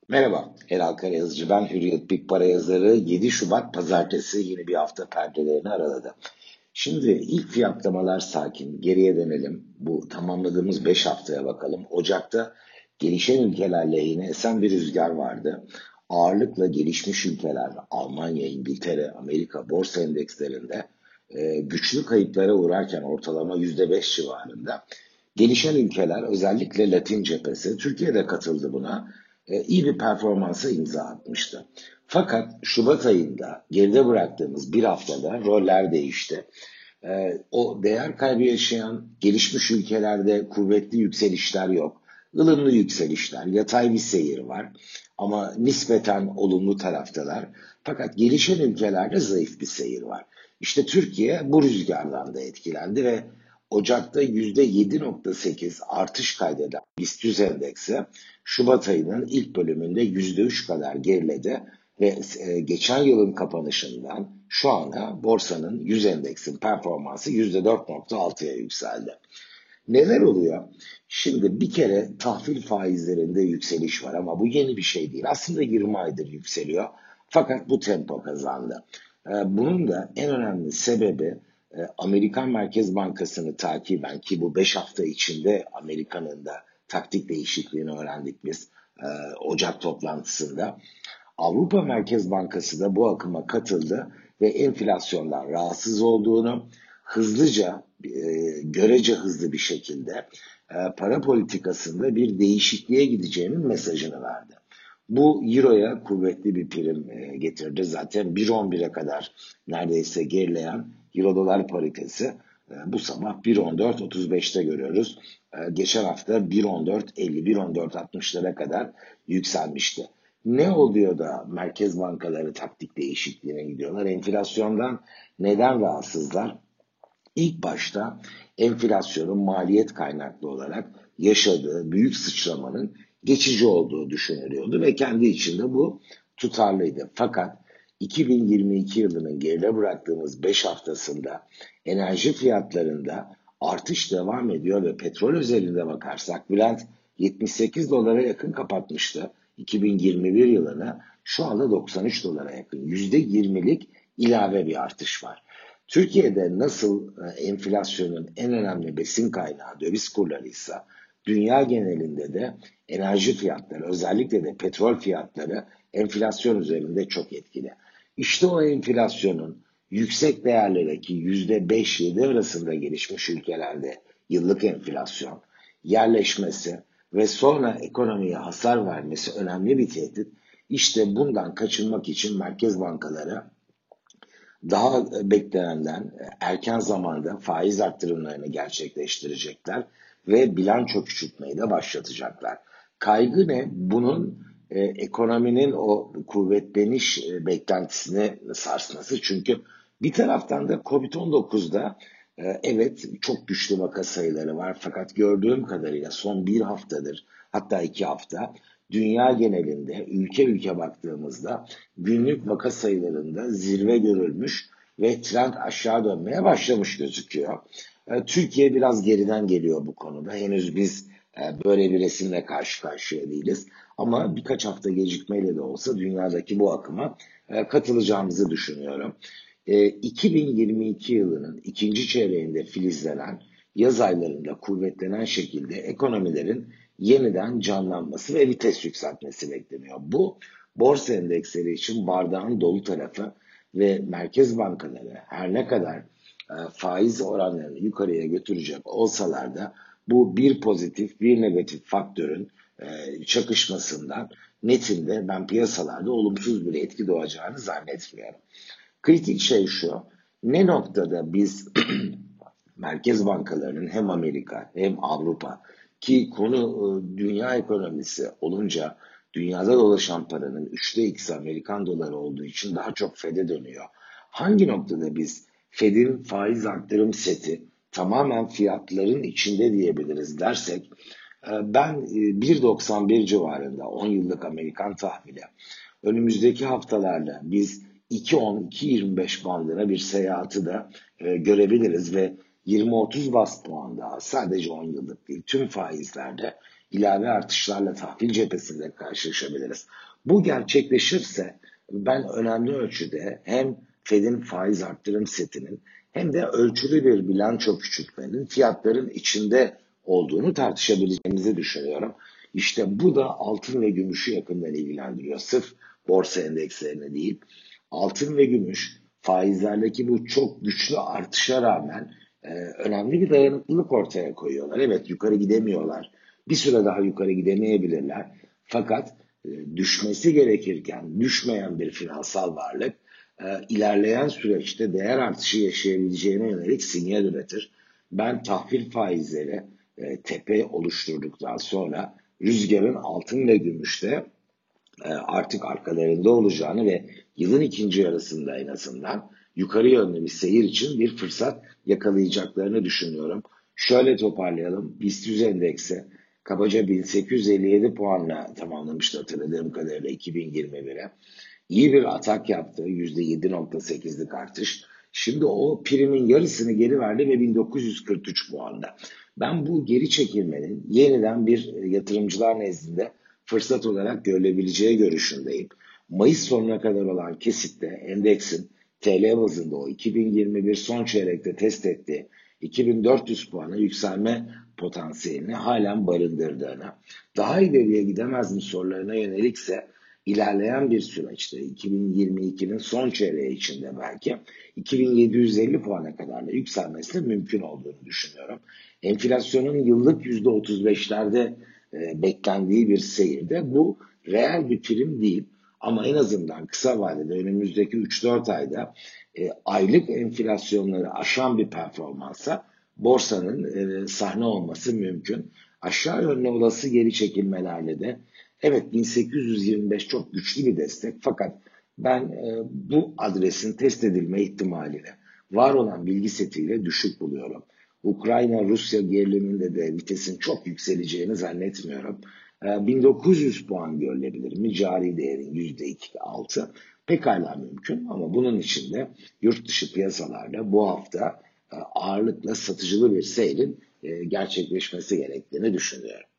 Merhaba, Eral Karayazıcı ben, Hürriyet Big Para yazarı. 7 Şubat Pazartesi yeni bir hafta perdelerini araladı. Şimdi ilk fiyatlamalar sakin, geriye dönelim. Bu tamamladığımız 5 haftaya bakalım. Ocak'ta gelişen ülkeler lehine esen bir rüzgar vardı. Ağırlıkla gelişmiş ülkeler, Almanya, İngiltere, Amerika borsa endekslerinde güçlü kayıplara uğrarken ortalama %5 civarında. Gelişen ülkeler, özellikle Latin cephesi, Türkiye'de katıldı buna, iyi bir performansa imza atmıştı. Fakat Şubat ayında geride bıraktığımız bir haftada roller değişti. O değer kaybı yaşayan gelişmiş ülkelerde kuvvetli yükselişler yok. Ilımlı yükselişler, yatay bir seyir var ama nispeten olumlu taraftalar. Fakat gelişen ülkelerde zayıf bir seyir var. İşte Türkiye bu rüzgardan da etkilendi ve Ocak'ta %7,8 artış kaydeden BIST 100 endeksi Şubat ayının ilk bölümünde %3 kadar geriledi ve geçen yılın kapanışından şu ana borsanın 100 endeksin performansı %4,6'ya yükseldi. Neler oluyor? Şimdi bir kere tahvil faizlerinde yükseliş var ama bu yeni bir şey değil. Aslında 20 aydır yükseliyor. Fakat bu tempo kazandı. Bunun da en önemli sebebi Amerikan Merkez Bankası'nı takiben, ki bu 5 hafta içinde Amerika'nın da taktik değişikliğini öğrendik biz Ocak toplantısında. Avrupa Merkez Bankası da bu akıma katıldı ve enflasyondan rahatsız olduğunu, hızlıca, görece hızlı bir şekilde para politikasında bir değişikliğe gideceğinin mesajını verdi. Bu Euro'ya kuvvetli bir prim getirdi. Zaten 1,11'e kadar neredeyse gerileyen Euro dolar paritesi bu sabah 1,14.35'te görüyoruz. Geçen hafta 1,14.50, 1,14.60'lara kadar yükselmişti. Ne oluyor da merkez bankaları taktik değişikliğine gidiyorlar? Enflasyondan neden rahatsızlar? İlk başta enflasyonun maliyet kaynaklı olarak yaşadığı büyük sıçramanın geçici olduğu düşünülüyordu ve kendi içinde bu tutarlıydı. Fakat 2022 yılının geride bıraktığımız 5 haftasında enerji fiyatlarında artış devam ediyor ve petrol özelinde bakarsak Brent 78 dolara yakın kapatmıştı 2021 yılına, şu anda 93 dolara yakın, %20'lik ilave bir artış var. Türkiye'de nasıl enflasyonun en önemli besin kaynağı döviz kurlarıysa, dünya genelinde de enerji fiyatları, özellikle de petrol fiyatları enflasyon üzerinde çok etkili. İşte o enflasyonun yüksek değerlerdeki %5-7 arasında gelişmiş ülkelerde yıllık enflasyon yerleşmesi ve sonra ekonomiye hasar vermesi önemli bir tehdit. İşte bundan kaçınmak için merkez bankaları daha beklenenden erken zamanda faiz arttırımlarını gerçekleştirecekler ve bilanço küçültmeyi de başlatacaklar. Kaygı ne? Bunun ekonominin o kuvvetleniş beklentisini sarsması. Çünkü bir taraftan da Covid-19'da evet çok güçlü vaka sayıları var. Fakat gördüğüm kadarıyla son bir haftadır, hatta 2 hafta, dünya genelinde ülke ülke baktığımızda günlük vaka sayılarında zirve görülmüş ve trend aşağı dönmeye başlamış gözüküyor. Türkiye biraz geriden geliyor bu konuda. Henüz biz böyle bir resimle karşı karşıya değiliz. Ama birkaç hafta gecikmeyle de olsa dünyadaki bu akıma katılacağımızı düşünüyorum. 2022 yılının ikinci çeyreğinde filizlenen, yaz aylarında kuvvetlenen şekilde ekonomilerin yeniden canlanması ve vites yükseltmesi bekleniyor. Bu borsa endeksleri için bardağın dolu tarafı ve merkez bankaları her ne kadar faiz oranlarını yukarıya götürecek olsalar da bu bir pozitif bir negatif faktörün çakışmasından netinde ben piyasalarda olumsuz bir etki doğacağını zannetmiyorum. Kritik şey şu: ne noktada biz merkez bankalarının hem Amerika hem Avrupa, ki konu dünya ekonomisi olunca dünyada dolaşan paranın 3'te 2'si Amerikan doları olduğu için daha çok Fed'e dönüyor. Hangi noktada biz Fed'in faiz arttırım seti tamamen fiyatların içinde diyebiliriz dersek, ben 1,91 civarında 10 yıllık Amerikan tahvili önümüzdeki haftalarda biz 2,10-2,25 bandına bir seyahati de görebiliriz ve 20-30 bas puan daha, sadece 10 yıllık değil tüm faizlerde ilave artışlarla tahvil cephesinde karşılaşabiliriz. Bu gerçekleşirse ben önemli ölçüde hem Fed'in faiz arttırım setinin hem de ölçülü bir bilanço küçültmenin fiyatların içinde olduğunu tartışabileceğimizi düşünüyorum. İşte bu da altın ve gümüşü yakından ilgilendiriyor. Sırf borsa endekslerini değil. Altın ve gümüş faizlerdeki bu çok güçlü artışa rağmen önemli bir dayanıklılık ortaya koyuyorlar. Evet, yukarı gidemiyorlar. Bir süre daha yukarı gidemeyebilirler. Fakat düşmesi gerekirken düşmeyen bir finansal varlık ilerleyen süreçte değer artışı yaşayabileceğine yönelik sinyal üretir. Ben tahvil faizleri tepe oluşturduktan sonra rüzgarın altın ve gümüşte artık arkalarında olacağını ve yılın ikinci yarısında en azından yukarı yönlü bir seyir için bir fırsat yakalayacaklarını düşünüyorum. Şöyle toparlayalım. BIST 100 endeksi kabaca 1857 puanla tamamlamıştı hatırladığım kadarıyla 2021'e. İyi bir atak yaptı. %7,8'lik artış. Şimdi o primin yarısını geri verdi ve 1943 puanda. Ben bu geri çekilmenin yeniden bir yatırımcılar nezdinde fırsat olarak görülebileceği görüşündeyim. Mayıs sonuna kadar olan kesitte endeksin TL bazında o 2021 son çeyrekte test ettiği 2400 puana yükselme potansiyelini halen barındırdığını, daha ileriye gidemez mi sorularına yönelikse ilerleyen bir süreçte 2022'nin son çeyreği içinde belki 2750 puana kadar da yükselmesi mümkün olduğunu düşünüyorum. Enflasyonun yıllık %35'lerde beklendiği bir seyirde bu reel bir prim değil. Ama en azından kısa vadede önümüzdeki 3-4 ayda aylık enflasyonları aşan bir performansa borsanın sahne olması mümkün. Aşağı yönlü olası geri çekilmelerle de evet 1825 çok güçlü bir destek fakat ben bu adresin test edilme ihtimalini var olan bilgi setiyle düşük buluyorum. Ukrayna-Rusya geriliminde de vitesin çok yükseleceğini zannetmiyorum. 1900 puan görülebilir mi? Cari değerin %2,6 pekala mümkün ama bunun için de yurt dışı piyasalarda bu hafta ağırlıkla satıcılı bir seyrin gerçekleşmesi gerektiğini düşünüyorum.